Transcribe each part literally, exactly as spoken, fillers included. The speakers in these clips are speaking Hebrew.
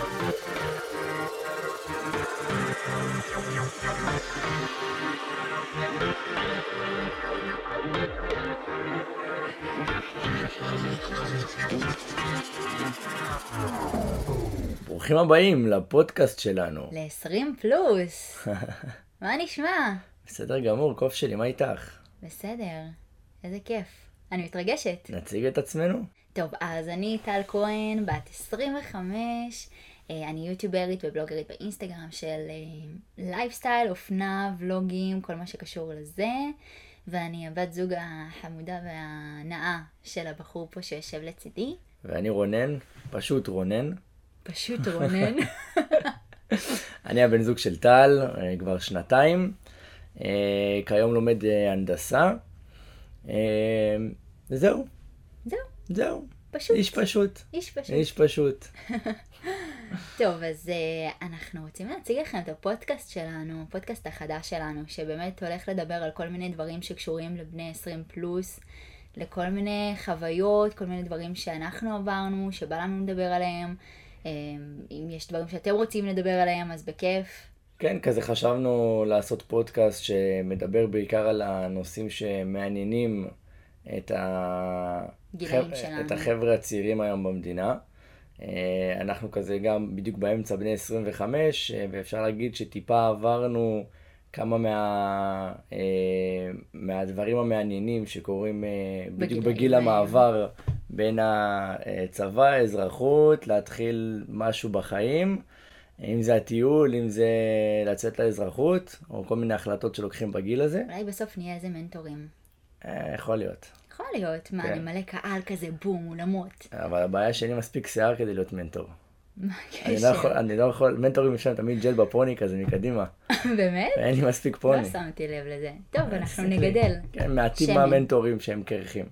ברוכים הבאים לפודקאסט שלנו. ל-עשרים פלוס. מה נשמע? בסדר גמור, קוף שלי, מה איתך? בסדר, איזה כיף. אני מתרגשת. נציג את עצמנו? טוב, אז אני טל כהן, בת עשרים וחמש. אני יוטיוברית ובלוגרית באינסטגרם של לייפסטייל, אופנה, ולוגים, כל מה שקשור לזה. ואני הבת זוג החמודה והנאה של הבחור פה שיושב לצידי. ואני רונן, פשוט רונן. פשוט רונן. אני הבן זוג של טל, כבר שנתיים. כיום לומד הנדסה. וזהו. זהו. זהו. פשוט. איש פשוט. איש פשוט. איש פשוט. טוב, אז uh, אנחנו רוצים להציג לכם את הפודקאסט שלנו, הפודקאסט החדש שלנו, שבאמת הולך לדבר על כל מיני דברים שקשורים לבני עשרים פלוס, לכל מיני חוויות, כל מיני דברים שאנחנו עברנו, שבא לנו לדבר עליהם. Um, אם יש דברים שאתם רוצים לדבר עליהם, אז בכיף. כן, כזה חשבנו לעשות פודקאסט שמדבר בעיקר על הנושאים שמעניינים את, ה... גילאים חב... שלנו. את החבר'ה הצעירים היום במדינה. אנחנו כזה גם בדיוק באמצע בני עשרים וחמש, ואפשר להגיד שטיפה עברנו כמה מה... מהדברים המעניינים שקורים בדיוק בגיל המעבר בין הצבא, האזרחות, להתחיל משהו בחיים, אם זה הטיול, אם זה לצאת לאזרחות, או כל מיני החלטות שלוקחים בגיל הזה. אולי בסוף נהיה איזה מנטורים. יכול להיות. יכול להיות, מה, אני מלא קהל כזה, בום, אולמות. אבל הבעיה שאין לי מספיק שיער כדי להיות מנטור. מה אני לא הקשר? יכול, אני לא יכול, מנטורים יש להם תמיד ג'ל בפוני כזה מקדימה. באמת? ואין לי מספיק פוני. לא שמתי לב לזה. טוב, אנחנו תסתכלי. נגדל. כן, מעטים שמן. מהמנטורים שהם קרחים.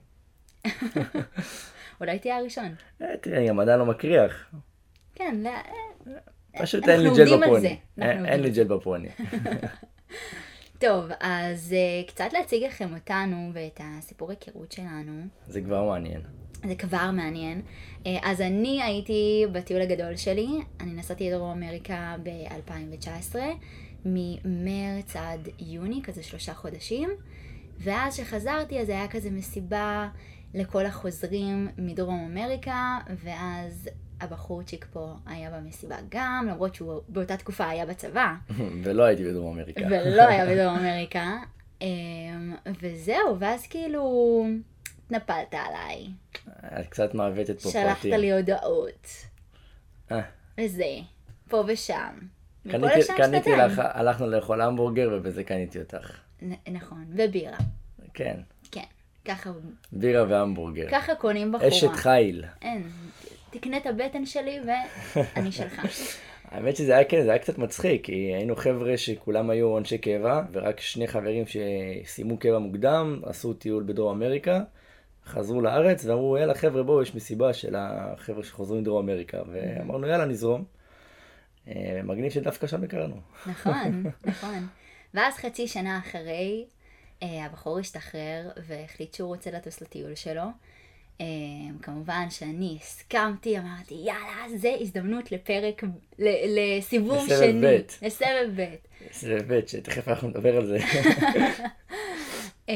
אולי תהיה הראשון. אה, תראה, אני גם עדיין לא מקריח. כן, לא... פשוט אנחנו אין לי עובדים ג'ל על בפוני. זה. אנחנו אין אין לי עובדים. ג'ל בפוני. טוב, אז uh, קצת להציג לכם אותנו ואת הסיפור היכרות שלנו. זה כבר מעניין. זה כבר מעניין. Uh, אז אני הייתי בטיול הגדול שלי. אני נסעתי לדרום אמריקה ב-אלפיים תשע עשרה, ממרץ עד יוני, כזה שלושה חודשים. ואז שחזרתי, אז היה כזה מסיבה לכל החוזרים מדרום אמריקה, ואז הבחורצ'יק פה היה במסיבה גם, למרות שהוא באותה תקופה היה בצבא. ולא הייתי בדרום אמריקה. ולא היה בדרום אמריקה. וזהו, ואז כאילו התנפלת עליי. את קצת מעוותת פה פרטים. שלחת לי הודעות. אה. וזה, פה ושם. מפה קניתי- לשם קניתי שנתיים. לך, הלכנו לאכול המבורגר ובזה קניתי אותך. נ- נכון, ובירה. כן, כן, ככה, בירה והמבורגר. ככה קונים בחורה. אשת חיל. אין, תקנה את הבטן שלי ואני שלך. האמת שזה היה כן, זה היה קצת מצחיק, כי היינו חבר'ה שכולם היו אנשי קבע, ורק שני חברים שסיימו קבע מוקדם, עשו טיול בדרום אמריקה, חזרו לארץ ואמרו, יאללה חבר'ה בואו, יש מסיבה של החבר'ה שחוזרים מדרום אמריקה, ואמרנו יאללה נזרום. מגניב שדווקא שם הכרנו. נכון, נכון. ואז חצי שנה אחרי, אה, הבחור השתחרר והחליט שהוא רוצה לטוס לטיול שלו. אה, כמובן שאני הסכמתי, אמרתי, יאללה, זה הזדמנות לפרק, ל- לסיבוב לסבב שני. ב'. לסבב ב'. זה באמת, שתכף אנחנו נדבר על זה. אה,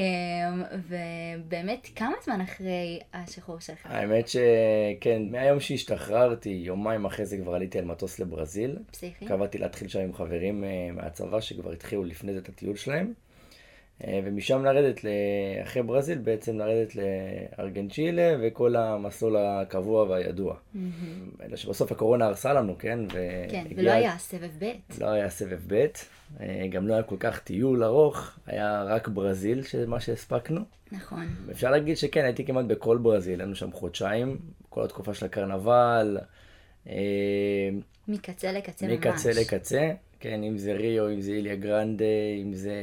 ובאמת, כמה זמן אחרי השחרור שלך? האמת שכן, מהיום שהשתחררתי, יומיים אחרי זה כבר עליתי על מטוס לברזיל. פסיכי? קבעתי להתחיל שם עם חברים אה, מהצבא שכבר התחילו לפני זה את הטיול שלהם. אה, ומשם לרדת, אחרי ברזיל בעצם לרדת לארגנצ'ילה וכל המסלול הקבוע והידוע. אלא שבסוף הקורונה הרסה לנו, כן? כן, והגיע- ולא היה סבב ב'. לא היה סבב ב', אה, גם לא היה כל כך טיול ארוך, היה רק ברזיל, שזה שהספקנו. נכון. אפשר להגיד שכן, הייתי כמעט בכל ברזיל, היינו שם חודשיים, כל התקופה של הקרנבל, אה, מקצה לקצה ממש. מקצה לקצה, כן, אם זה ריו, אם זה איליה גרנדה, אם זה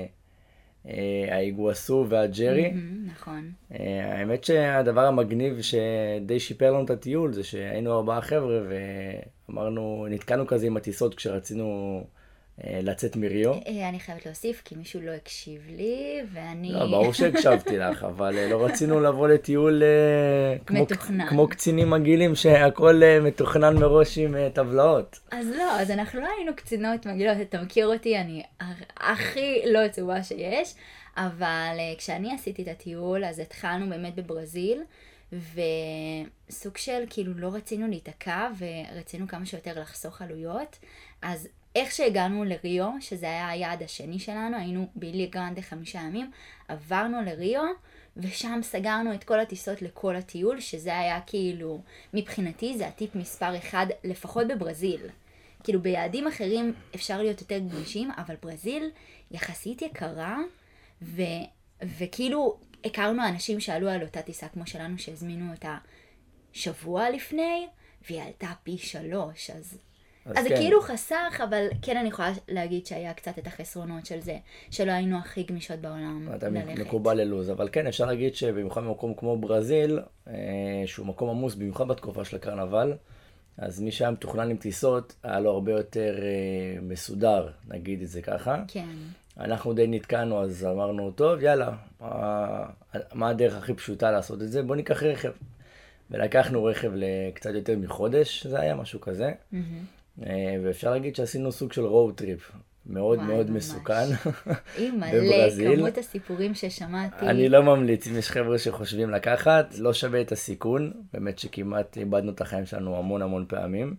אה, האיגואסו והג'רי. מהמם, נכון. אה, האמת שהדבר המגניב שדי שיפר לנו את הטיול זה שהיינו ארבעה חבר'ה ואמרנו, נתקענו כזה עם הטיסות כשרצינו לצאת מריו. אני חייבת להוסיף, כי מישהו לא הקשיב לי, ואני... לא, ברור שהקשבתי לך, אבל לא רצינו לבוא לטיול מתוכנן. כמו קצינים מגעילים, שהכל מתוכנן מראש עם טבלאות. אז לא, אז אנחנו לא היינו קצינות מגעילות, אתה מכיר אותי, אני הכי לא עצובה שיש, אבל כשאני עשיתי את הטיול, אז התחלנו באמת בברזיל, וסוג של כאילו לא רצינו להתעכב, ורצינו כמה שיותר לחסוך עלויות, אז איך שהגענו לריו, שזה היה היעד השני שלנו, היינו באיליה גרנדה חמישה ימים, עברנו לריו, ושם סגרנו את כל הטיסות לכל הטיול, שזה היה כאילו, מבחינתי זה הטיפ מספר אחד, לפחות בברזיל. כאילו ביעדים אחרים אפשר להיות יותר גמישים, אבל ברזיל יחסית יקרה, ו, וכאילו הכרנו אנשים שעלו על אותה טיסה כמו שלנו, שהזמינו אותה שבוע לפני, והיא עלתה פי שלוש, אז... אז, אז כן. זה כאילו חסך, אבל כן אני יכולה להגיד שהיה קצת את החסרונות של זה, שלא היינו הכי גמישות בעולם אתה ללכת. מקובל ללוז, אבל כן אפשר להגיד שבמיוחד במקום כמו ברזיל, שהוא מקום עמוס, במיוחד בתקופה של הקרנבל, אז מי שהיה מתוכנן עם טיסות, היה לו הרבה יותר מסודר, נגיד את זה ככה. כן. אנחנו די נתקענו, אז אמרנו, טוב, יאללה, מה הדרך הכי פשוטה לעשות את זה? בוא ניקח רכב. ולקחנו רכב לקצת יותר מחודש, זה היה משהו כזה. Mm-hmm. ואפשר להגיד שעשינו סוג של רוד טריפ, מאוד וואי, מאוד ממש. מסוכן. בברזיל. כמות הסיפורים ששמעתי. אני לא ממליץ, אם יש חבר'ה שחושבים לקחת, לא שווה את הסיכון, באמת שכמעט איבדנו את החיים שלנו המון המון פעמים.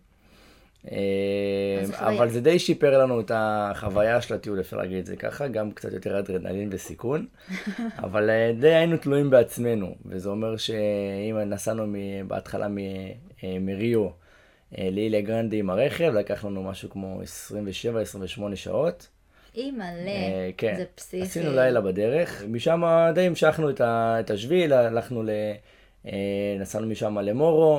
אבל זה די שיפר לנו את החוויה של הטיול, אפשר להגיד את זה ככה, גם קצת יותר אדרנלין וסיכון, אבל די היינו תלויים בעצמנו, וזה אומר שאם נסענו בהתחלה מריו לאיליה גרנדה עם הרכב, לקח לנו משהו כמו עשרים ושבע עשרים ושמונה שעות. אי מלא, כן. זה פסיכי. עשינו לילה בדרך, משם די המשכנו את השביל, הלכנו, נסענו משם למורו,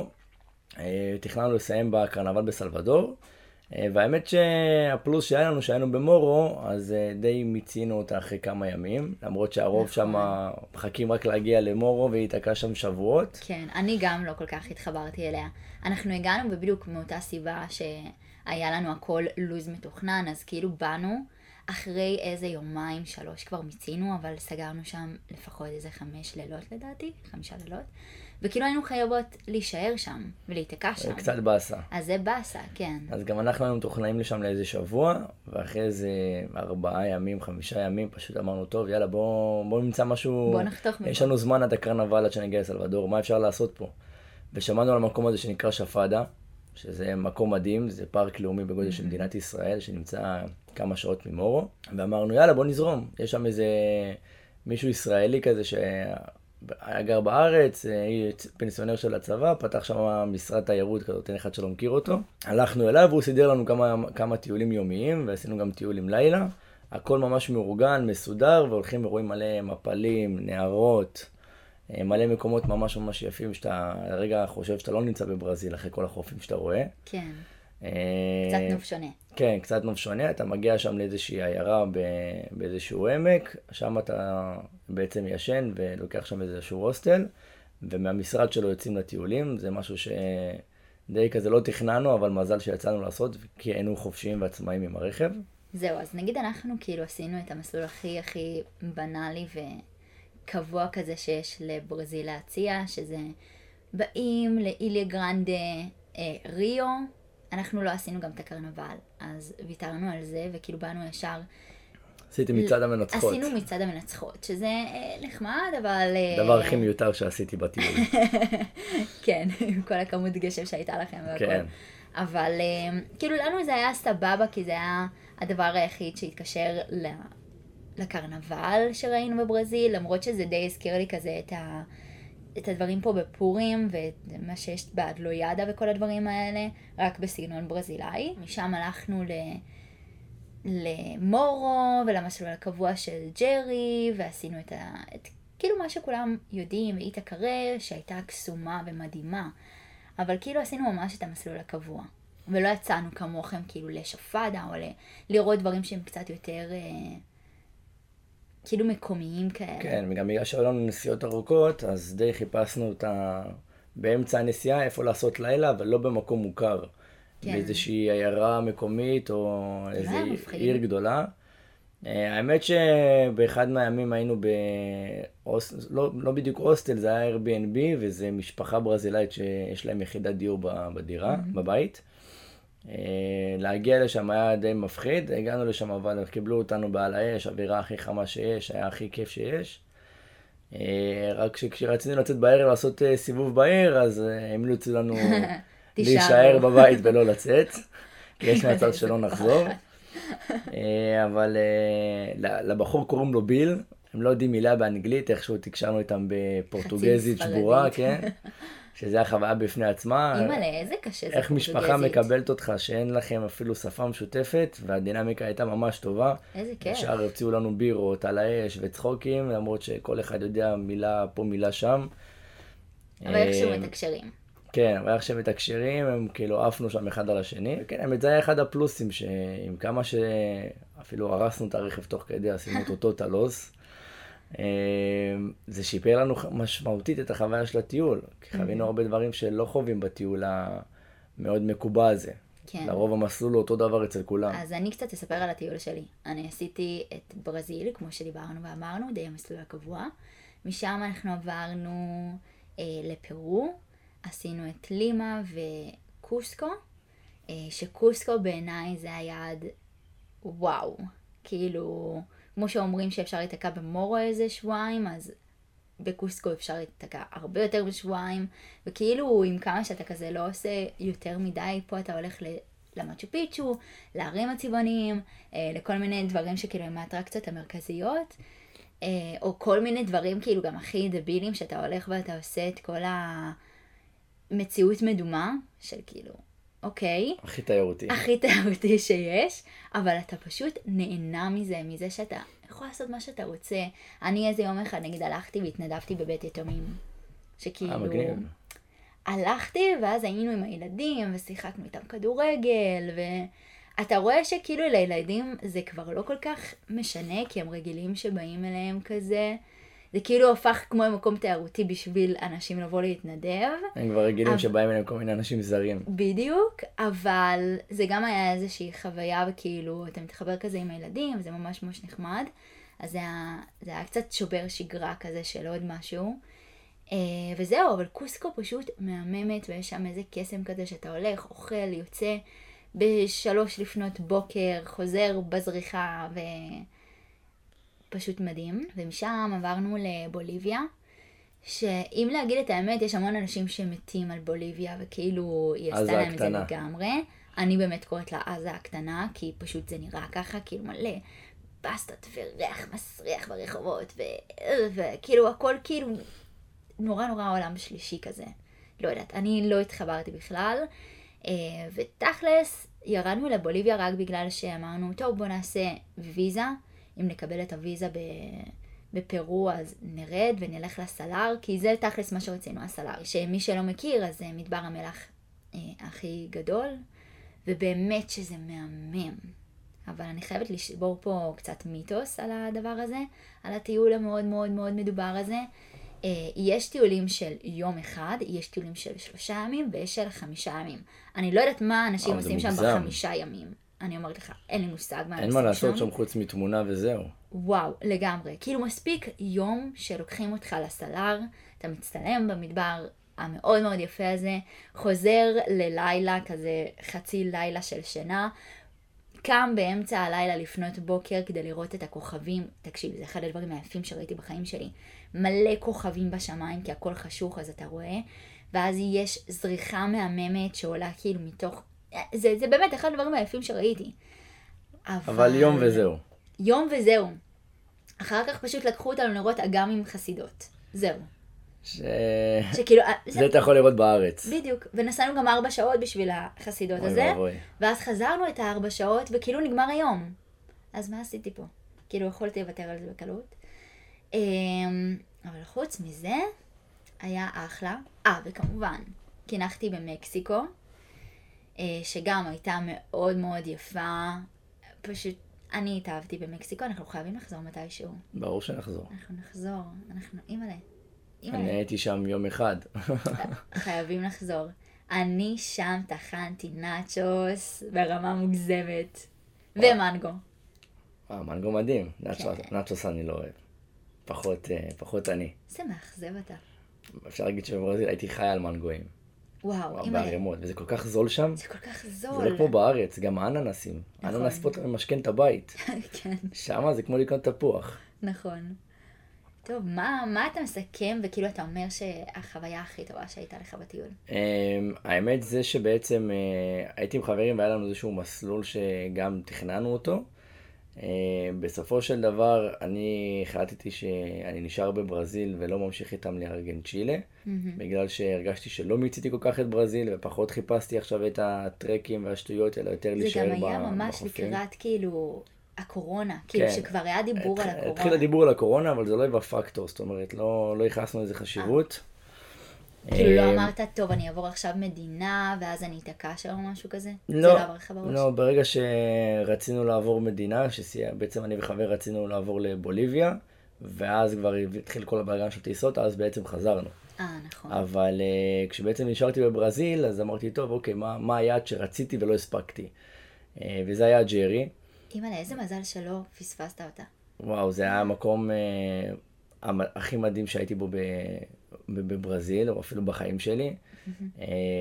תכננו לסיים בקרנבל בסלבדור, והאמת שהפלוס שהיה לנו שהיינו במורו, אז די מיצינו אותה אחרי כמה ימים, למרות שהרוב שם מחכים רק להגיע למורו והתעקע שם שבועות. כן, אני גם לא כל כך התחברתי אליה. אנחנו הגענו בדיוק מאותה סיבה שהיה לנו הכל לוז מתוכנן, אז כאילו באנו אחרי איזה יומיים, שלוש כבר מיצינו, אבל סגרנו שם לפחות איזה חמש לילות לדעתי, חמישה לילות. וכאילו היינו חייבות להישאר שם ולהתעקע שם. קצת בסה. אז זה בסה, כן. אז גם אנחנו היינו מתוכננים לשם לאיזה שבוע, ואחרי איזה ארבעה ימים, חמישה ימים, פשוט אמרנו, טוב, יאללה, בוא, בוא נמצא משהו... בוא נחתוך מפה. יש לנו זמן עד הקרנבל עד שנגיע לסלבדור, מה אפשר לעשות פה? ושמענו על המקום הזה שנקרא שפאדה, שזה מקום מדהים, זה פארק לאומי בגודל של מדינת ישראל, שנמצא כמה שעות ממורו, ואמרנו, יאללה, בוא נזרום. יש שם איזה מישהו ישראלי כזה ש... היה גר בארץ, פנסיונר של הצבא, פתח שם משרד תיירות כזאת, אין אחד שלא מכיר אותו. הלכנו אליו והוא סידר לנו כמה, כמה טיולים יומיים, ועשינו גם טיולים לילה. הכל ממש מאורגן, מסודר, והולכים ורואים מלא מפלים, נערות, מלא מקומות ממש ממש יפים, שאתה רגע חושב שאתה לא נמצא בברזיל אחרי כל החופים שאתה רואה. כן. קצת נוף שונה. כן, קצת נוף שונה, אתה מגיע שם לאיזושהי עיירה באיזשהו עמק, שם אתה בעצם ישן ולוקח שם איזשהו הוסטל, ומהמשרד שלו יוצאים לטיולים, זה משהו שדי כזה לא תכננו, אבל מזל שיצאנו לעשות, כי היינו חופשיים ועצמאים עם הרכב. זהו, אז נגיד אנחנו כאילו עשינו את המסלול הכי הכי בנאלי וקבוע כזה שיש לברזיל להציע, שזה באים לאיליה גרנדה אה, ריו, אנחנו לא עשינו גם את הקרנבל, אז ויתרנו על זה, וכאילו באנו ישר... עשיתי מצד המנצחות. עשינו מצד המנצחות, שזה נחמד, אבל... דבר הכי מיותר שעשיתי בטיול. כן, עם כל הכמות גשם שהייתה לכם והכל. כן. אבל כאילו לנו זה היה סבבה, כי זה היה הדבר היחיד שהתקשר לקרנבל שראינו בברזיל, למרות שזה די הזכיר לי כזה את ה... את הדברים פה בפורים, ומה שיש באדלויאדה וכל הדברים האלה, רק בסגנון ברזילאי. משם הלכנו ל... למורו ולמסלול הקבוע של ג'רי, ועשינו את ה... את... כאילו מה שכולם יודעים, ואיתה קרה, שהייתה קסומה ומדהימה. אבל כאילו עשינו ממש את המסלול הקבוע. ולא יצאנו כמוכם כאילו לשפדה, או ל... לראות דברים שהם קצת יותר... כאילו מקומיים כאלה. כן, וגם בגלל שהיו לנו נסיעות ארוכות, אז די חיפשנו אותה באמצע הנסיעה, איפה לעשות לילה, אבל לא במקום מוכר. כן. באיזושהי עיירה מקומית או איזו עיר גדולה. האמת שבאחד מהימים היינו בהוסטל, לא, לא בדיוק הוסטל, זה היה Airbnb, וזה משפחה ברזילאית שיש להם יחידת דיור בדירה, mm-hmm. בבית. להגיע לשם היה די מפחיד, הגענו לשם אבל קיבלו אותנו בעל האש, אווירה הכי חמה שיש, היה הכי כיף שיש. רק שכשרצינו לצאת בערב לעשות סיבוב בעיר, אז המליצו לנו להישאר בבית ולא לצאת, כי יש מצב שלא נחזור. אבל לבחור קוראים לו ביל, הם לא יודעים מילה באנגלית, איכשהו תקשרנו איתם בפורטוגזית שבורה, כן? שזה החוויה בפני עצמה. אימא'לה, איזה קשה זה איך משפחה מקבלת אותך שאין לכם אפילו שפה משותפת, והדינמיקה הייתה ממש טובה. איזה כיף. השאר הוציאו לנו בירות על האש וצחוקים, למרות שכל אחד יודע מילה פה מילה שם. אבל איכשהו מתקשרים. כן, אבל איכשהו מתקשרים, הם כאילו עפנו שם אחד על השני. וכן, האמת זה היה אחד הפלוסים, שעם כמה שאפילו הרסנו את הרכב תוך כדי, עשינו את אותו תלוס. זה שיפר לנו משמעותית את החוויה של הטיול, כי חווינו הרבה דברים שלא חווים בטיול המאוד מקובע הזה. כן. לרוב המסלול הוא אותו דבר אצל כולם. אז אני קצת אספר על הטיול שלי. אני עשיתי את ברזיל, כמו שדיברנו ואמרנו, די המסלול הקבוע. משם אנחנו עברנו אה, לפרו, עשינו את לימה וקוסקו, אה, שקוסקו בעיניי זה היעד וואו, כאילו... כמו שאומרים שאפשר להתקע במורו איזה שבועיים, אז בקוסקו אפשר להתקע הרבה יותר בשבועיים, וכאילו עם כמה שאתה כזה לא עושה יותר מדי, פה אתה הולך למצ'ו פיצ'ו, לערים הצבעוניים, לכל מיני דברים שכאילו הם האטרקציות המרכזיות, או כל מיני דברים כאילו גם הכי דבילים, שאתה הולך ואתה עושה את כל המציאות מדומה, של כאילו... אוקיי. הכי תיירותי. הכי תיירותי שיש, אבל אתה פשוט נהנה מזה, מזה שאתה יכול לעשות מה שאתה רוצה. אני איזה יום אחד, נגיד, הלכתי והתנדבתי בבית יתומים. שכאילו... אה, מגניב. הלכתי, ואז היינו עם הילדים, ושיחקנו איתם כדורגל, ואתה רואה שכאילו לילדים זה כבר לא כל כך משנה, כי הם רגילים שבאים אליהם כזה. זה כאילו הפך כמו מקום תיירותי בשביל אנשים לבוא להתנדב. הם כבר רגילים אבל... שבאים אליהם כל מיני אנשים זרים. בדיוק, אבל זה גם היה איזושהי חוויה, וכאילו אתה מתחבר כזה עם הילדים, וזה ממש ממש נחמד. אז זה היה, זה היה קצת שובר שגרה כזה של עוד משהו. וזהו, אבל קוסקו פשוט מהממת, ויש שם איזה קסם כזה שאתה הולך, אוכל, יוצא בשלוש לפנות בוקר, חוזר בזריחה ו... פשוט מדהים, ומשם עברנו לבוליביה, שאם להגיד את האמת, יש המון אנשים שמתים על בוליביה, וכאילו היא עשתה להם את זה לגמרי. אני באמת קוראת לה עזה הקטנה, כי פשוט זה נראה ככה, כאילו מלא פסטות וריח מסריח ברחובות, ו... וכאילו הכל כאילו נורא נורא עולם שלישי כזה. לא יודעת, אני לא התחברתי בכלל, ותכלס ירדנו לבוליביה רק בגלל שאמרנו, טוב בוא נעשה ויזה, אם נקבל את הוויזה בפרו, אז נרד ונלך לסלר, כי זה תכלס מה שרצינו, הסלר. שמי שלא מכיר, אז זה מדבר המלח אה, הכי גדול, ובאמת שזה מהמם. אבל אני חייבת לשבור פה קצת מיתוס על הדבר הזה, על הטיול המאוד מאוד מאוד מדובר הזה. אה, יש טיולים של יום אחד, יש טיולים של שלושה ימים, ויש של חמישה ימים. אני לא יודעת מה אנשים עושים שם בחמישה ימים. אני אומרת לך, אין לי מושג מה אין מה לעשות שם חוץ מתמונה וזהו. וואו, לגמרי. כאילו מספיק יום שלוקחים אותך לסלר, אתה מצטלם במדבר המאוד מאוד יפה הזה, חוזר ללילה, כזה חצי לילה של שינה, קם באמצע הלילה לפנות בוקר כדי לראות את הכוכבים. תקשיב, זה אחד הדברים היפים שראיתי בחיים שלי. מלא כוכבים בשמיים, כי הכל חשוך, אז אתה רואה. ואז יש זריחה מהממת שעולה כאילו מתוך... זה, זה באמת אחד הדברים היפים שראיתי. אבל... אבל יום וזהו. יום וזהו. אחר כך פשוט לקחו אותנו לראות אגם עם חסידות. זהו. ש... שכאילו... זה אתה יכול לראות בארץ. בדיוק. ונסענו גם ארבע שעות בשביל החסידות אוי הזה. ואבוי. ואז חזרנו את הארבע שעות וכאילו נגמר היום. אז מה עשיתי פה? כאילו יכולתי לוותר על זה בקלות. אבל חוץ מזה, היה אחלה. אה, וכמובן, כינחתי במקסיקו. שגם הייתה מאוד מאוד יפה, פשוט אני התאהבתי במקסיקו, אנחנו חייבים לחזור מתישהו. ברור שנחזור. אנחנו נחזור, אנחנו, אימא'לה. אני הייתי שם יום אחד. חייבים לחזור. אני שם טחנתי נאצ'וס ברמה מוגזמת. ומנגו. אה, מנגו מדהים. נאצ'וס אני לא אוהב. פחות, פחות אני. זה מאכזב אתה. אפשר להגיד שבברזיל הייתי חי על מנגויים. וואו, אימא. בערימות, וזה כל כך זול שם. זה כל כך זול. זה לא כמו בארץ, גם האננסים. נכון. אננס פה אתה משכן את הבית. כן. שם זה כמו לקנות תפוח. נכון. טוב, מה, מה אתה מסכם וכאילו אתה אומר שהחוויה הכי טובה שהייתה לך בטיול? האמת זה שבעצם הייתי עם חברים והיה לנו איזשהו מסלול שגם תכננו אותו. בסופו של דבר אני החלטתי שאני נשאר בברזיל ולא ממשיך איתם לארגן צ'ילה, בגלל שהרגשתי שלא מיציתי כל כך את ברזיל ופחות חיפשתי עכשיו את הטרקים והשטויות, אלא יותר להישאר בחופים. זה גם היה ממש לקראת כאילו הקורונה, כאילו שכבר היה דיבור על הקורונה. התחיל הדיבור על הקורונה, אבל זה לא היה פקטור, זאת אומרת, לא ייחסנו איזה חשיבות. כאילו לא אמרת, טוב, אני אעבור עכשיו מדינה, ואז אני אתעקע שם או משהו כזה? לא, זה לא עבר לך בראש? לא, ברגע שרצינו לעבור מדינה, שבעצם אני וחבר רצינו לעבור לבוליביה, ואז כבר התחיל כל הבלגן של טיסות, אז בעצם חזרנו. אה, נכון. אבל כשבעצם נשארתי בברזיל, אז אמרתי, טוב, אוקיי, מה, מה היעד שרציתי ולא הספקתי? וזה היה ג'רי. אימא, לאיזה מזל שלא פספסת אותה. וואו, זה היה המקום אה, הכי מדהים שהייתי בו בברזיל, או אפילו בחיים שלי. אה,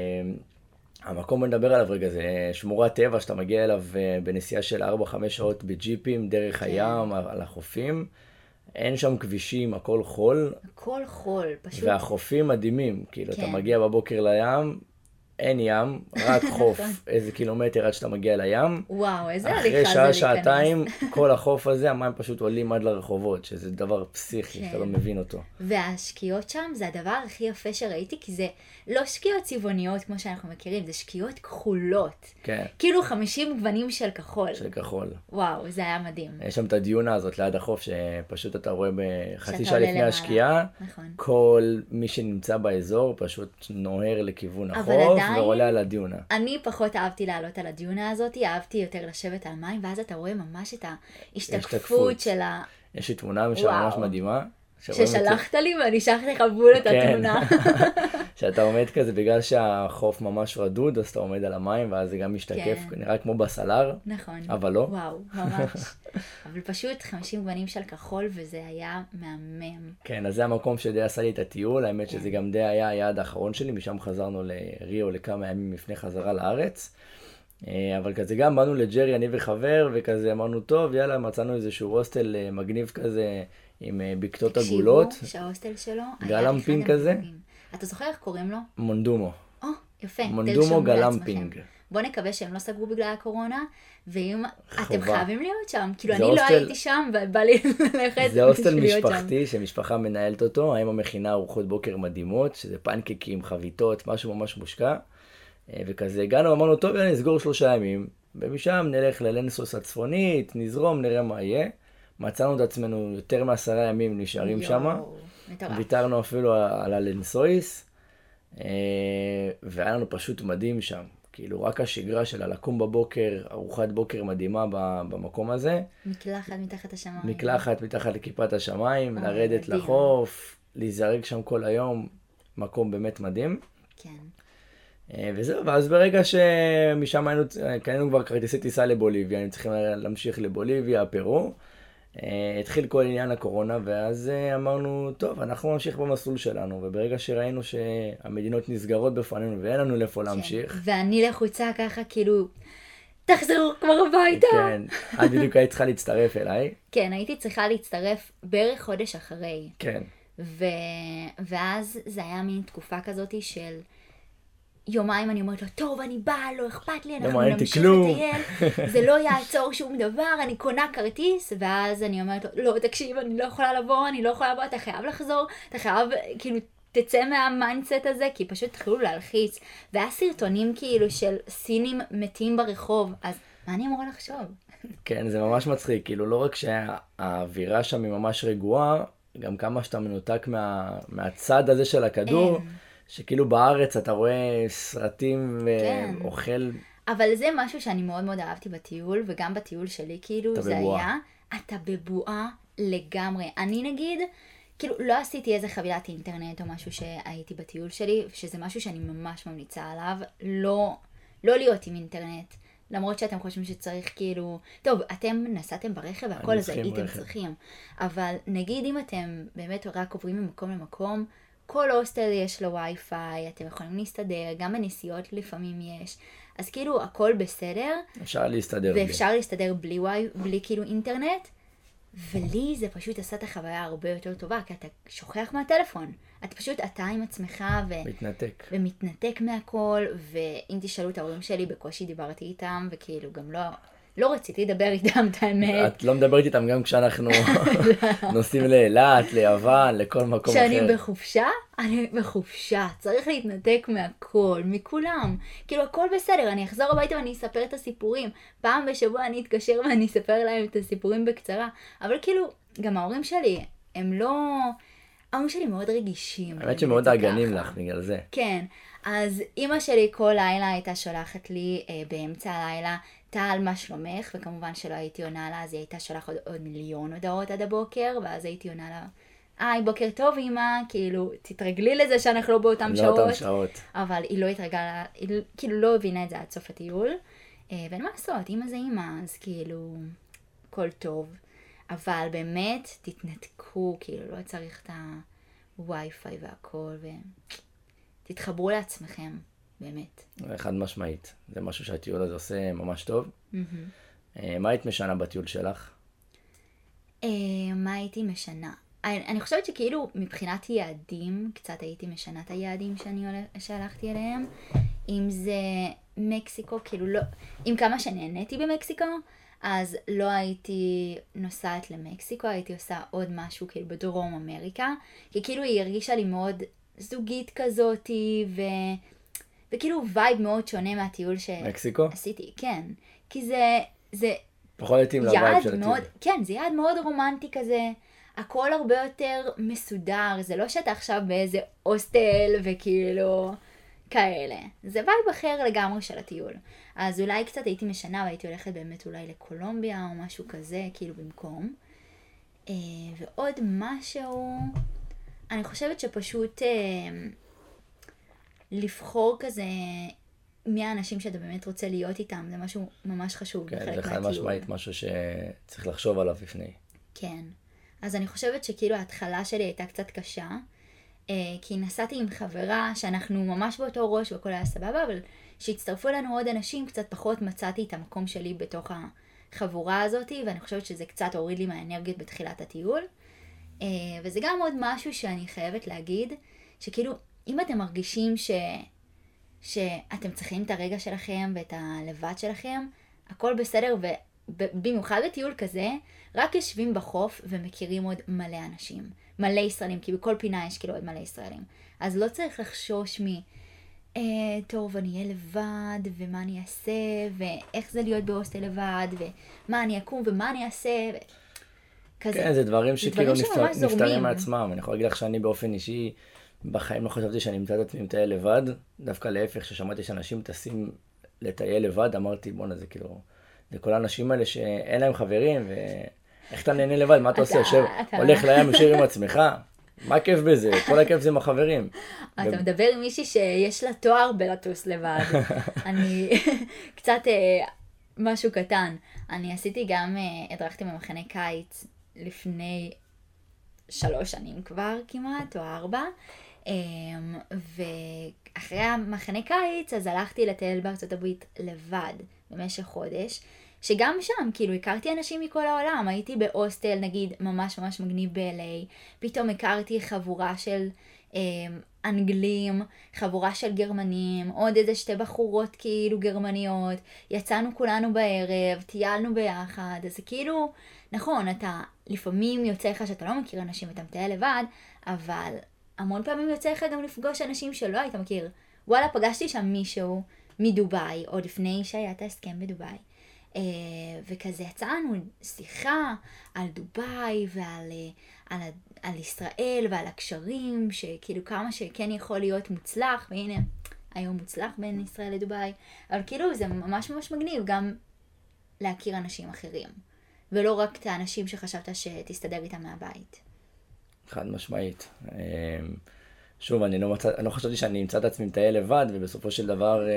המקום מדבר עליו רגע, זה שמורת טבע שאתה מגיע אליו בנסיעה של ארבע חמש שעות בג'יפים, דרך הים, על החופים. אין שם כבישים, הכל חול. הכל חול, פשוט. והחופים מדהימים, כאילו אתה מגיע בבוקר לים, אין ים, רק חוף, איזה קילומטר עד שאתה מגיע לים. וואו, איזה הליכה זה להיכנס. אחרי שעה, להיכנס. שעתיים, כל החוף הזה, המים פשוט עולים עד לרחובות, שזה דבר פסיכי, כן. שאתה לא מבין אותו. והשקיעות שם זה הדבר הכי יפה שראיתי, כי זה לא שקיעות צבעוניות כמו שאנחנו מכירים, זה שקיעות כחולות. כן. כאילו חמישים גוונים של כחול. של כחול. וואו, זה היה מדהים. יש שם את הדיונה הזאת ליד החוף, שפשוט אתה רואה בחצי שעה לפני השקיעה, נכון. כל מי שנמצא באזור פשוט נוהר לכיוון החוף, ועולה על הדיונה. אני פחות אהבתי לעלות על הדיונה הזאת, אהבתי יותר לשבת על מים, ואז אתה רואה ממש את ההשתקפות של ה... יש לי תמונה משם ממש מדהימה. ששלחת לי ואני שלחתי לך בול את התמונה. שאתה עומד כזה, בגלל שהחוף ממש רדוד, אז אתה עומד על המים, ואז זה גם משתקף, נראה כמו בסלר, נכון. אבל לא. וואו, ממש. אבל פשוט חמישים גוונים של כחול, וזה היה מהמם. כן, אז זה המקום שדי עשה לי את הטיול, האמת שזה גם די היה היעד האחרון שלי, משם חזרנו לריו לכמה ימים לפני חזרה לארץ. אבל כזה גם באנו לג'רי, אני וחבר, וכזה אמרנו, טוב, יאללה, מצאנו איזשהו הוסטל מגניב כזה, עם בקתות עגולות. תקשיבו שההוסטל שלו גלמפינג כזה. אתה זוכר איך קוראים לו? מונדומו. או, יפה. מונדומו גלמפינג. בוא נקווה שהם לא סגרו בגלל הקורונה, ואם אתם חייבים להיות שם, כאילו אני לא הייתי שם, ובא לי ללכת. זה הוסטל משפחתי, שמשפחה מנהלת אותו, האמא מכינה ארוחות בוקר מדהימות, שזה פנקקים, חביתות, משהו ממש מושקע. וכזה הגענו, אמרנו, טוב, נסגור שלושה ימים, ומשם נלך ללנסוס הצפונית, נזרום, נראה מה יהיה. מצאנו את עצמנו יותר מעשרה ימים נשארים שם. ויתרנו אפילו על הלנסויס, והיה לנו פשוט מדהים שם. כאילו רק השגרה שלה, לקום בבוקר, ארוחת בוקר מדהימה במקום הזה. מקלחת מתחת השמיים. מקלחת מתחת לכיפת השמיים, לרדת לחוף, להיזרק שם כל היום, מקום באמת מדהים. כן. וזהו, ואז ברגע שמשם היינו, קנינו כבר כרטיסי טיסה לבוליביה, היינו צריכים להמשיך לבוליביה, פרו. התחיל כל עניין הקורונה, ואז אמרנו, טוב, אנחנו נמשיך במסלול שלנו, וברגע שראינו שהמדינות נסגרות בפנינו, ואין לנו לאיפה להמשיך. ואני לחוצה ככה, כאילו, תחזרו כבר הביתה. כן, את בדיוק היית צריכה להצטרף אליי. כן, הייתי צריכה להצטרף בערך חודש אחרי. כן. ואז זה היה מין תקופה כזאת של... יומיים אני אומרת לו, טוב, אני באה, לא אכפת לי, אנחנו נמשיך לטייל, זה לא יעצור שום דבר, אני קונה כרטיס, ואז אני אומרת לו, לא, תקשיב, אני לא יכולה לבוא, אני לא יכולה לבוא, אתה חייב לחזור, אתה חייב, כאילו, תצא מהמיינדסט הזה, כי פשוט תחילו להלחיץ, והיה סרטונים כאילו של סינים מתים ברחוב, אז מה אני אמורה לחשוב? כן, זה ממש מצחיק, כאילו, לא רק שהאווירה שם היא ממש רגועה, גם כמה שאתה מנותק מה, מהצד הזה של הכדור, שכאילו בארץ אתה רואה סרטים ואוכל. אבל זה משהו שאני מאוד מאוד אהבתי בטיול, וגם בטיול שלי כאילו זה היה, אתה בבועה לגמרי. אני נגיד, כאילו לא עשיתי איזה חבילת אינטרנט או משהו שהייתי בטיול שלי, שזה משהו שאני ממש ממליצה עליו, לא, לא להיות עם אינטרנט. למרות שאתם חושבים שצריך כאילו, טוב, אתם נסעתם ברכב והכל, אז הייתם רכב. צריכים. אבל נגיד אם אתם באמת רק עוברים ממקום למקום, כל הוסטל יש לו וי-פיי, אתם יכולים להסתדר, גם בנסיעות לפעמים יש. אז כאילו הכל בסדר. אפשר להסתדר ואפשר בלי. להסתדר בלי וואי, בלי כאילו אינטרנט. ולי זה פשוט עשה את החוויה הרבה יותר טובה, כי אתה שוכח מהטלפון. אתה פשוט, אתה עם עצמך ו... מתנתק. ומתנתק מהכל, ואם תשאלו את ההורים שלי, בקושי דיברתי איתם, וכאילו גם לא, לא רציתי לדבר איתם, את האמת. את לא מדברת איתם גם כשאנחנו נוסעים לאילת, ליוון, לכל מקום אחר. כשאני בחופשה, אני בחופשה. צריך להתנתק מהכל, מכולם. כאילו הכל בסדר, אני אחזור הביתה ואני אספר את הסיפורים. פעם בשבוע אני אתקשר ואני אספר להם את הסיפורים בקצרה. אבל כאילו, גם ההורים שלי, הם לא... ההורים שלי מאוד רגישים. האמת שמאוד דאגנים לך בגלל זה. כן. אז אמא שלי כל לילה הייתה שולחת לי אה, באמצע הלילה, טל, מה שלומך? וכמובן שלא הייתי עונה לה, אז היא הייתה שולחת עוד, עוד מיליון הודעות עד הבוקר, ואז הייתי עונה לה, היי, בוקר טוב אמא, כאילו, תתרגלי לזה שאנחנו לא באותם לא שעות. אותם שעות. אבל היא לא התרגלה, היא כאילו לא הבינה את זה עד סוף הטיול. אה, ואין מה לעשות, אמא זה אמא, אז כאילו, כל טוב. אבל באמת, תתנתקו, כאילו, לא צריך את הווי-פיי והכל, ותתחברו לעצמכם, באמת. חד משמעית. זה משהו שהטיול הזה עושה ממש טוב. Mm-hmm. מה היית משנה בטיול שלך? מה הייתי משנה? אני חושבת שכאילו מבחינת יעדים, קצת הייתי משנה את היעדים שאני הולך, שהלכתי אליהם. אם זה מקסיקו, כאילו לא, עם כמה שנהניתי במקסיקו, אז לא הייתי נוסעת למקסיקו, הייתי עושה עוד משהו כאילו בדרום אמריקה, כי כאילו היא הרגישה לי מאוד זוגית כזאת, ו... וכאילו וייב מאוד שונה מהטיול שעשיתי. מקסיקו? כן, כי זה, זה פחות להתאים לווייב של הטיול. כן, זה יעד מאוד רומנטי כזה, הכל הרבה יותר מסודר, זה לא שאתה עכשיו באיזה הוסטל וכאילו כאלה. זה וייב אחר לגמרי של הטיול. אז אולי קצת הייתי משנה והייתי הולכת באמת אולי לקולומביה או משהו כזה, כאילו במקום. ועוד משהו, אני חושבת שפשוט לבחור כזה מי האנשים שאתה באמת רוצה להיות איתם, זה משהו ממש חשוב. כן, זה חד משמעית משהו שצריך לחשוב עליו לפני. כן. אז אני חושבת שכאילו ההתחלה שלי הייתה קצת קשה, כי נסעתי עם חברה שאנחנו ממש באותו ראש וכל היה סבבה, אבל שהצטרפו לנו עוד אנשים, קצת פחות מצאתי את המקום שלי בתוך החבורה הזאת, ואני חושבת שזה קצת הוריד לי מהאנרגיות בתחילת הטיול. וזה גם עוד משהו שאני חייבת להגיד, שכאילו אם אתם מרגישים ש... שאתם צריכים את הרגע שלכם ואת הלבד שלכם, הכל בסדר, ובמיוחד בטיול כזה, רק יושבים בחוף ומכירים עוד מלא אנשים, מלא ישראלים, כי בכל פינה יש כאילו עוד מלא ישראלים. אז לא צריך לחשוש מ, אה, טוב, אני אהיה לבד, ומה אני אעשה, ואיך זה להיות בהוסטל לבד, ומה אני אקום, ומה אני אעשה, ו... כזה. כן, זה דברים שכאילו נפטר, נפטרים מעצמם. אני יכול להגיד לך שאני באופן אישי, בחיים לא חשבתי שאני אמצא את עצמי מטייל לבד, דווקא להפך, ששמעתי שאנשים טסים לטייל לבד, אמרתי, בוא'נה, זה כאילו, זה כל האנשים האלה שאין להם חברים, ואיך אתה נהנה לבד, מה אתה עושה? יושב, הולך לים, יושב עם עצמך, מה כיף בזה? כל הכיף זה עם החברים. אתה מדבר עם מישהי שיש לה תואר בלטוס לבד. אני, קצת משהו קטן, אני עשיתי גם, הדרכתי במחנה קיץ לפני שלוש שנים כבר כמעט, או ארבע, ואחרי המחנה קיץ אז הלכתי לטייל בארצות הברית לבד במשך חודש, שגם שם כאילו הכרתי אנשים מכל העולם, הייתי בהוסטל נגיד ממש ממש מגניב ב-אל איי, פתאום הכרתי חבורה של אנגלים, חבורה של גרמנים, עוד איזה שתי בחורות כאילו גרמניות, יצאנו כולנו בערב, טיילנו ביחד, אז זה כאילו, נכון, אתה לפעמים יוצא לך שאתה לא מכיר אנשים ואתה מטייל לבד, אבל המון פעמים יוצא לך גם לפגוש אנשים שלא היית מכיר. וואלה, פגשתי שם מישהו מדוביי, עוד לפני שהיה את ההסכם בדוביי, וכזה יצאנו שיחה על דוביי ועל על, על ישראל ועל הקשרים, שכאילו כמה שכן יכול להיות מוצלח, והנה, היום מוצלח בין ישראל לדוביי, אבל כאילו זה ממש ממש מגניב גם להכיר אנשים אחרים, ולא רק את האנשים שחשבת שתסתדר איתם מהבית. חד משמעית. שוב, אני לא, מצא, אני לא חשבתי שאני אמצא את עצמי מטייל לבד, ובסופו של דבר,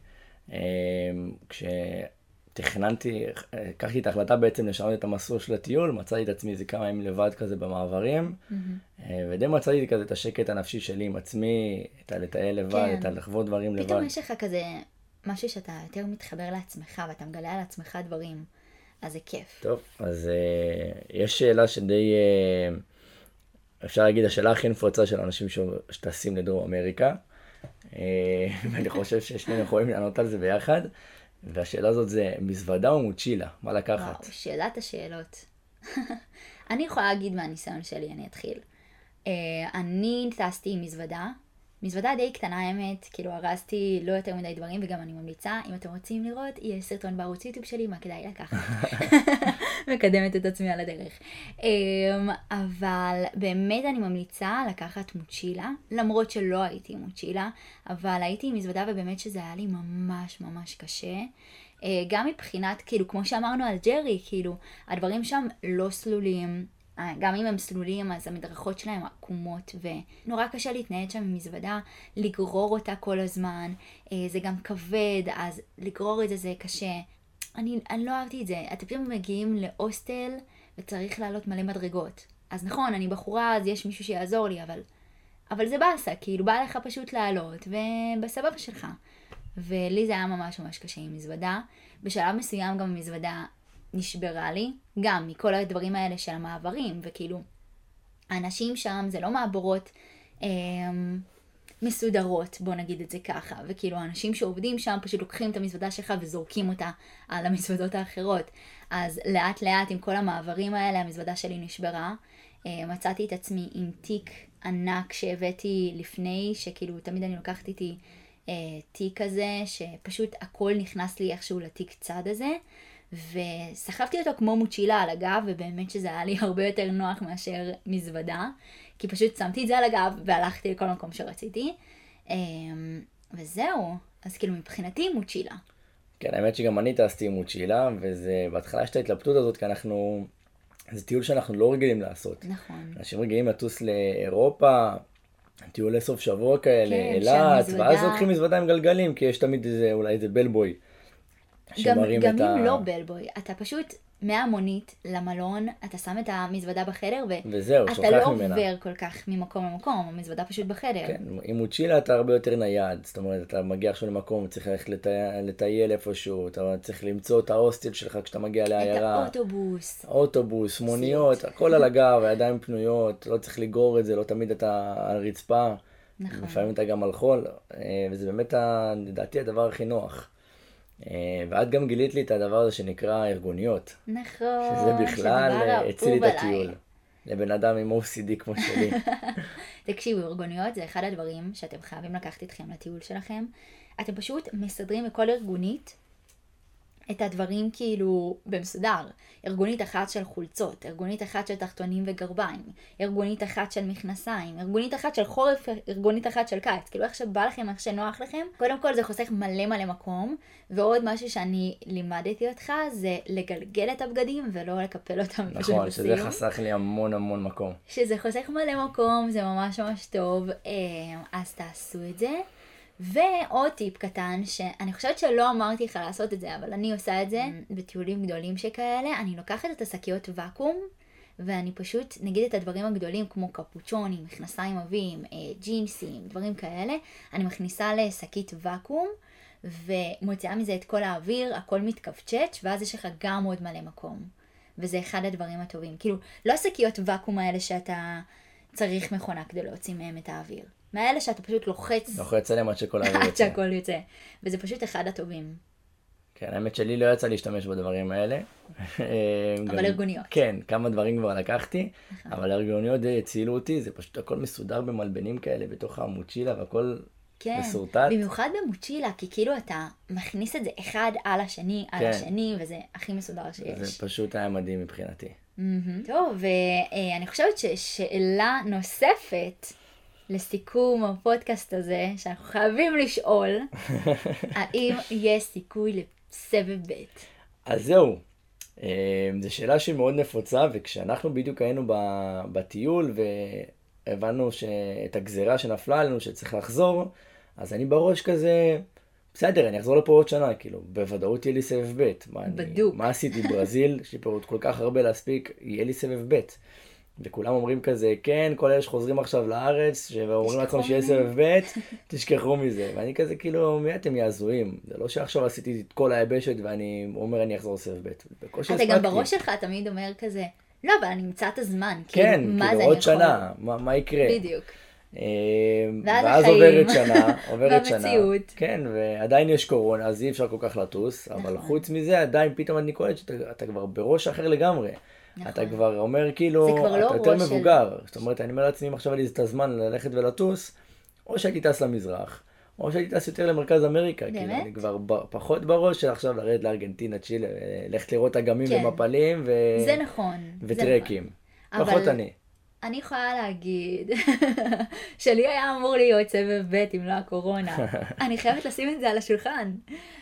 כשתכננתי, לקחתי את ההחלטה בעצם לשנות את המסלול של הטיול, מצאתי את עצמי איזה כמה ימים לבד כזה במעברים, mm-hmm. ודי מצאתי כזה את השקט הנפשי שלי עם עצמי, את הלטייל לבד, כן. את הלחוות דברים לבד. פתאום יש לך כזה משהו שאתה יותר מתחבר לעצמך, ואתה מגלה על עצמך דברים, אז זה כיף. טוב, אז יש שאלה שדי... אפשר להגיד, השאלה הכי נפוצה של אנשים שטסים לדרום אמריקה, ואני חושב ששנינו יכולים לענות על זה ביחד, והשאלה הזאת זה מזוודה או מוצ'ילה? מה לקחת? וואו, שאלת השאלות. אני יכולה להגיד מהניסיון שלי, אני אתחיל. אני טסתי עם מזוודה, מזוודה די קטנה האמת, כאילו הרסתי לא יותר מדי דברים, וגם אני ממליצה, אם אתם רוצים לראות, יש סרטון בערוץ יוטיוב שלי, מה כדאי לקחת. מקדמת את עצמי על הדרך. אבל באמת אני ממליצה לקחת מוצ'ילה, למרות שלא הייתי מוצ'ילה, אבל הייתי עם מזוודה ובאמת שזה היה לי ממש ממש קשה. גם מבחינת, כאילו, כמו שאמרנו על ג'רי, כאילו, הדברים שם לא סלולים, גם אם הם סלולים, אז המדרכות שלהם עקומות, ונורא קשה להתנהד שם עם מזוודה, לגרור אותה כל הזמן, זה גם כבד, אז לגרור את זה זה קשה. אני, אני לא אהבתי את זה. אתם פתאום מגיעים להוסטל, וצריך לעלות מלא מדרגות. אז נכון, אני בחורה, אז יש מישהו שיעזור לי, אבל, אבל זה באסה, כאילו בא לך פשוט לעלות, ובסבבה שלך. ולי זה היה ממש ממש קשה עם מזוודה. בשלב מסוים גם המזוודה נשברה לי, גם מכל הדברים האלה של המעברים, וכאילו, האנשים שם זה לא מעבורות אה, מסודרות, בוא נגיד את זה ככה, וכאילו, האנשים שעובדים שם פשוט לוקחים את המזוודה שלך וזורקים אותה על המזוודות האחרות. אז לאט לאט עם כל המעברים האלה, המזוודה שלי נשברה. אה, מצאתי את עצמי עם תיק ענק שהבאתי לפני, שכאילו, תמיד אני לוקחת איתי אה, תיק כזה, שפשוט הכל נכנס לי איכשהו לתיק צד הזה, וסחבתי אותו כמו מוצ'ילה על הגב, ובאמת שזה היה לי הרבה יותר נוח מאשר מזוודה, כי פשוט שמתי את זה על הגב והלכתי לכל מקום שרציתי, וזהו, אז כאילו מבחינתי מוצ'ילה. כן, האמת שגם אני טסתי עם מוצ'ילה, וזה בהתחלה יש את ההתלבטות הזאת, כי אנחנו, זה טיול שאנחנו לא רגילים לעשות. נכון. אנשים רגילים לטוס לאירופה, טיול לסוף שבוע כאלה, אילת, ואז לוקחים מזוודה עם גלגלים, כי יש תמיד איזה, אולי איזה בלבוי. גם, גם אם ה... לא בלבוי, אתה פשוט מהמונית למלון, אתה שם את המזוודה בחדר, וזהו, ואתה לא ממנה. עובר כל כך ממקום למקום, המזוודה פשוט בחדר. כן, עם מוצ'ילה אתה הרבה יותר נייד, זאת אומרת, אתה מגיע עכשיו למקום, צריך ללכת לטייל, לטייל איפשהו, אתה צריך למצוא את ההוסטל שלך כשאתה מגיע לעיירה. את האוטובוס. אוטובוס, מוניות, הכל על הגב, הידיים פנויות, לא צריך לגרור את זה, לא תמיד אתה על רצפה. נכון. לפעמים אתה גם על חול, וזה באמת, לדעתי, הדבר הכי נוח. ואת גם גילית לי את הדבר הזה שנקרא ארגוניות. נכון. שזה בכלל הציל את הטיול. לבן אדם עם או סי די כמו שלי. תקשיבו, ארגוניות זה אחד הדברים שאתם חייבים לקחת איתכם לטיול שלכם. אתם פשוט מסדרים בכל ארגונית את הדברים כאילו במסודר. ארגונית אחת של חולצות, ארגונית אחת של תחתונים וגרביים, ארגונית אחת של מכנסיים, ארגונית אחת של חורף, ארגונית אחת של קיץ. כאילו איך שבא לכם, איך שנוח לכם. קודם כל זה חוסך מלא מלא מקום, ועוד משהו שאני לימדתי אותך זה לגלגל את הבגדים ולא לקפל אותם. נכון, שזה חסך לי המון המון מקום. שזה חוסך מלא מקום, זה ממש ממש טוב, אז תעשו את זה. ועוד טיפ קטן, שאני חושבת שלא אמרתי לך לעשות את זה, אבל אני עושה את זה בטיולים גדולים שכאלה, אני לוקחת את השקיות ואקום, ואני פשוט, נגיד את הדברים הגדולים, כמו קפוצ'ונים, מכנסיים עבים, ג'ינסים, דברים כאלה, אני מכניסה לשקית ואקום, ומוציאה מזה את כל האוויר, הכל מתכווצ'ץ', ואז יש לך גם עוד מלא מקום. וזה אחד הדברים הטובים. כאילו, לא השקיות ואקום האלה שאתה צריך מכונה כדי להוציא מהם את האוויר. מהאלה שאתה פשוט לוחץ. לוחץ עליהם עד שכל האוויר יוצא. עד שהכל יוצא. וזה פשוט אחד הטובים. כן, האמת שלי לא יצא להשתמש בדברים האלה. אבל ארגוניות. כן, כמה דברים כבר לקחתי, אבל ארגוניות די הצילו אותי, זה פשוט הכל מסודר במלבנים כאלה, בתוך המוצ'ילה והכל מסורטט. כן, במיוחד במוצ'ילה, כי כאילו אתה מכניס את זה אחד על השני, על השני, וזה הכי מסודר שיש. זה פשוט היה מדהים מבחינתי. טוב, ואני חושבת ששאלה נוספת, לסיכום הפודקאסט הזה, שאנחנו חייבים לשאול, האם יש סיכוי לסבב ב'? אז זהו, זו שאלה שהיא מאוד נפוצה, וכשאנחנו בדיוק היינו בטיול והבנו את הגזירה שנפלה עלינו שצריך לחזור, אז אני בראש כזה, בסדר, אני אחזור לפה עוד שנה, כאילו, בוודאות יהיה לי סבב ב'. בדוק. מה עשיתי ברזיל? יש לי פה עוד כל כך הרבה להספיק, יהיה לי סבב ב'. וכולם אומרים כזה, כן, כל אלה שחוזרים עכשיו לארץ, שאומרים לעצמם שיהיה סבב ב', תשכחו מזה. ואני כזה, כאילו, מי אתם יעזויים? זה לא שעכשיו עשיתי את כל היבשת ואני אומר, אני אחזור סבב ב'. אתה גם בראש שלך תמיד אומר כזה, לא, אבל אני אמצא את הזמן. כן, כאילו, עוד שנה, מה יקרה? בדיוק. ואז עוברת שנה, עוברת שנה. והמציאות. כן, ועדיין יש קורונה, אז אי אפשר כל כך לטוס, אבל חוץ מזה, עדיין פתאום אני קולט שאתה כבר בראש אחר לגמרי. אתה כבר אומר כאילו, אתה יותר מבוגר. זאת אומרת, אני אומר לעצמי, עכשיו היה לי את הזמן ללכת ולטוס, או שהייתי טס למזרח, או שהייתי טס יותר למרכז אמריקה. באמת? כאילו, אני כבר פחות בראש של עכשיו לרדת לארגנטינה, צ'ילה, ללכת לראות אגמים ומפלים זה נכון. וטרקים. פחות אני. אני יכולה להגיד שלי היה אמור להיות סבב ב' אם לא הקורונה. אני חייבת לשים את זה על השולחן.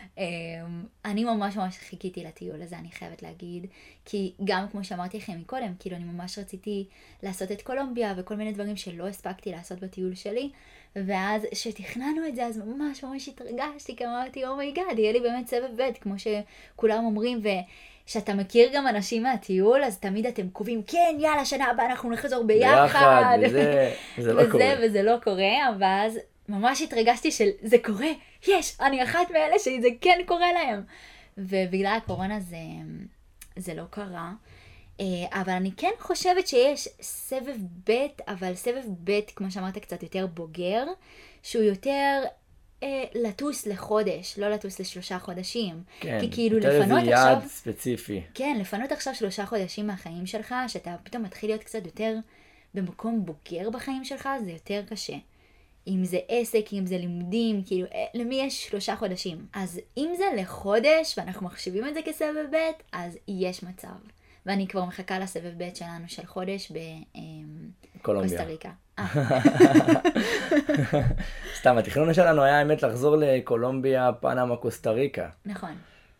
אני ממש ממש חיכיתי לטיול הזה, אני חייבת להגיד, כי גם כמו שאמרתי לכם מקודם, כאילו אני ממש רציתי לעשות את קולומביה וכל מיני דברים שלא הספקתי לעשות בטיול שלי, ואז שתכננו את זה, אז ממש ממש התרגשתי, כי אמרתי, אומייגאד, יהיה לי באמת סבב ב' כמו שכולם אומרים, ו... שאתה מכיר גם אנשים מהטיול, אז תמיד אתם קובעים, כן, יאללה, שנה הבאה אנחנו נחזור ביחד. ביחד, וזה, וזה לא קורה. וזה, וזה לא קורה, אבל אז ממש התרגשתי של, זה קורה, יש, אני אחת מאלה שזה כן קורה להם. ובגלל הקורונה זה, זה לא קרה. אבל אני כן חושבת שיש סבב ב', אבל סבב ב', כמו שאמרת, קצת יותר בוגר, שהוא יותר... לטוס לחודש, לא לטוס לשלושה חודשים. כן, כי כאילו יותר לפנות איזה יעד עכשיו, ספציפי. כן, לפנות עכשיו שלושה חודשים מהחיים שלך, שאתה פתאום מתחיל להיות קצת יותר במקום בוגר בחיים שלך, זה יותר קשה. אם זה עסק, אם זה לימודים, כאילו, למי יש שלושה חודשים? אז אם זה לחודש, ואנחנו מחשיבים את זה כסבב ב', אז יש מצב. ואני כבר מחכה לסבב ב' שלנו של חודש בקוסטה ריקה. סתם, התכנון שלנו היה האמת לחזור לקולומביה, פנמה, קוסטה ריקה. נכון.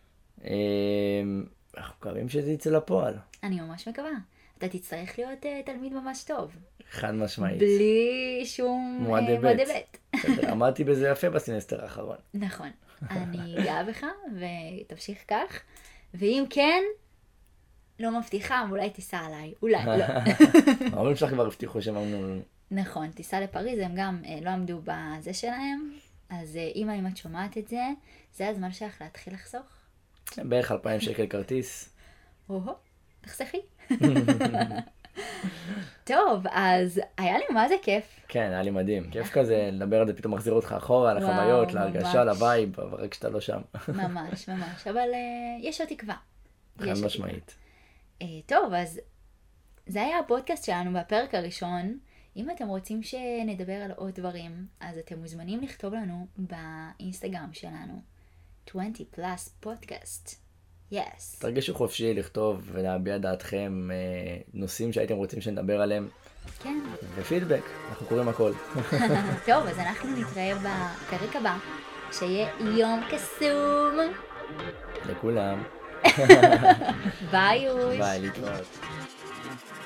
אנחנו מקווים שזה יצא לפועל. אני ממש מקווה. אתה תצטרך להיות תלמיד ממש טוב. חד משמעית. בלי שום מועדי ב'. עמדתי בזה יפה בסמסטר האחרון. נכון. אני גאה בך ותמשיך כך. ואם כן... לא מבטיחה, אולי תיסע עליי, אולי, לא. ההורים שלך כבר הבטיחו שהם אמנו... נכון, תיסע לפריז, הם גם לא עמדו בזה שלהם, אז אמא, אם את שומעת את זה, זה הזמן שלך להתחיל לחסוך. בערך אלפיים שקל כרטיס. או-הו, תחסכי. טוב, אז היה לי מה זה כיף. כן, היה לי מדהים. כיף כזה, לדבר על זה, פתאום מחזיר אותך אחורה, לחוויות, להרגשה, לווייב, אבל רק שאתה לא שם. ממש, ממש, אבל יש עוד תקווה. חד משמעית. טוב, אז זה היה הפודקאסט שלנו בפרק הראשון. אם אתם רוצים שנדבר על עוד דברים, אז אתם מוזמנים לכתוב לנו באינסטגרם שלנו. עשרים פלוס פודקאסט. יס. תרגשו חופשי לכתוב ולהביע דעתכם נושאים שהייתם רוצים שנדבר עליהם. כן. ופידבק, אנחנו קוראים הכל. טוב, אז אנחנו נתראה בפרק הבא, שיהיה יום קסום. לכולם. ביי, יוש. ביי, להתראות.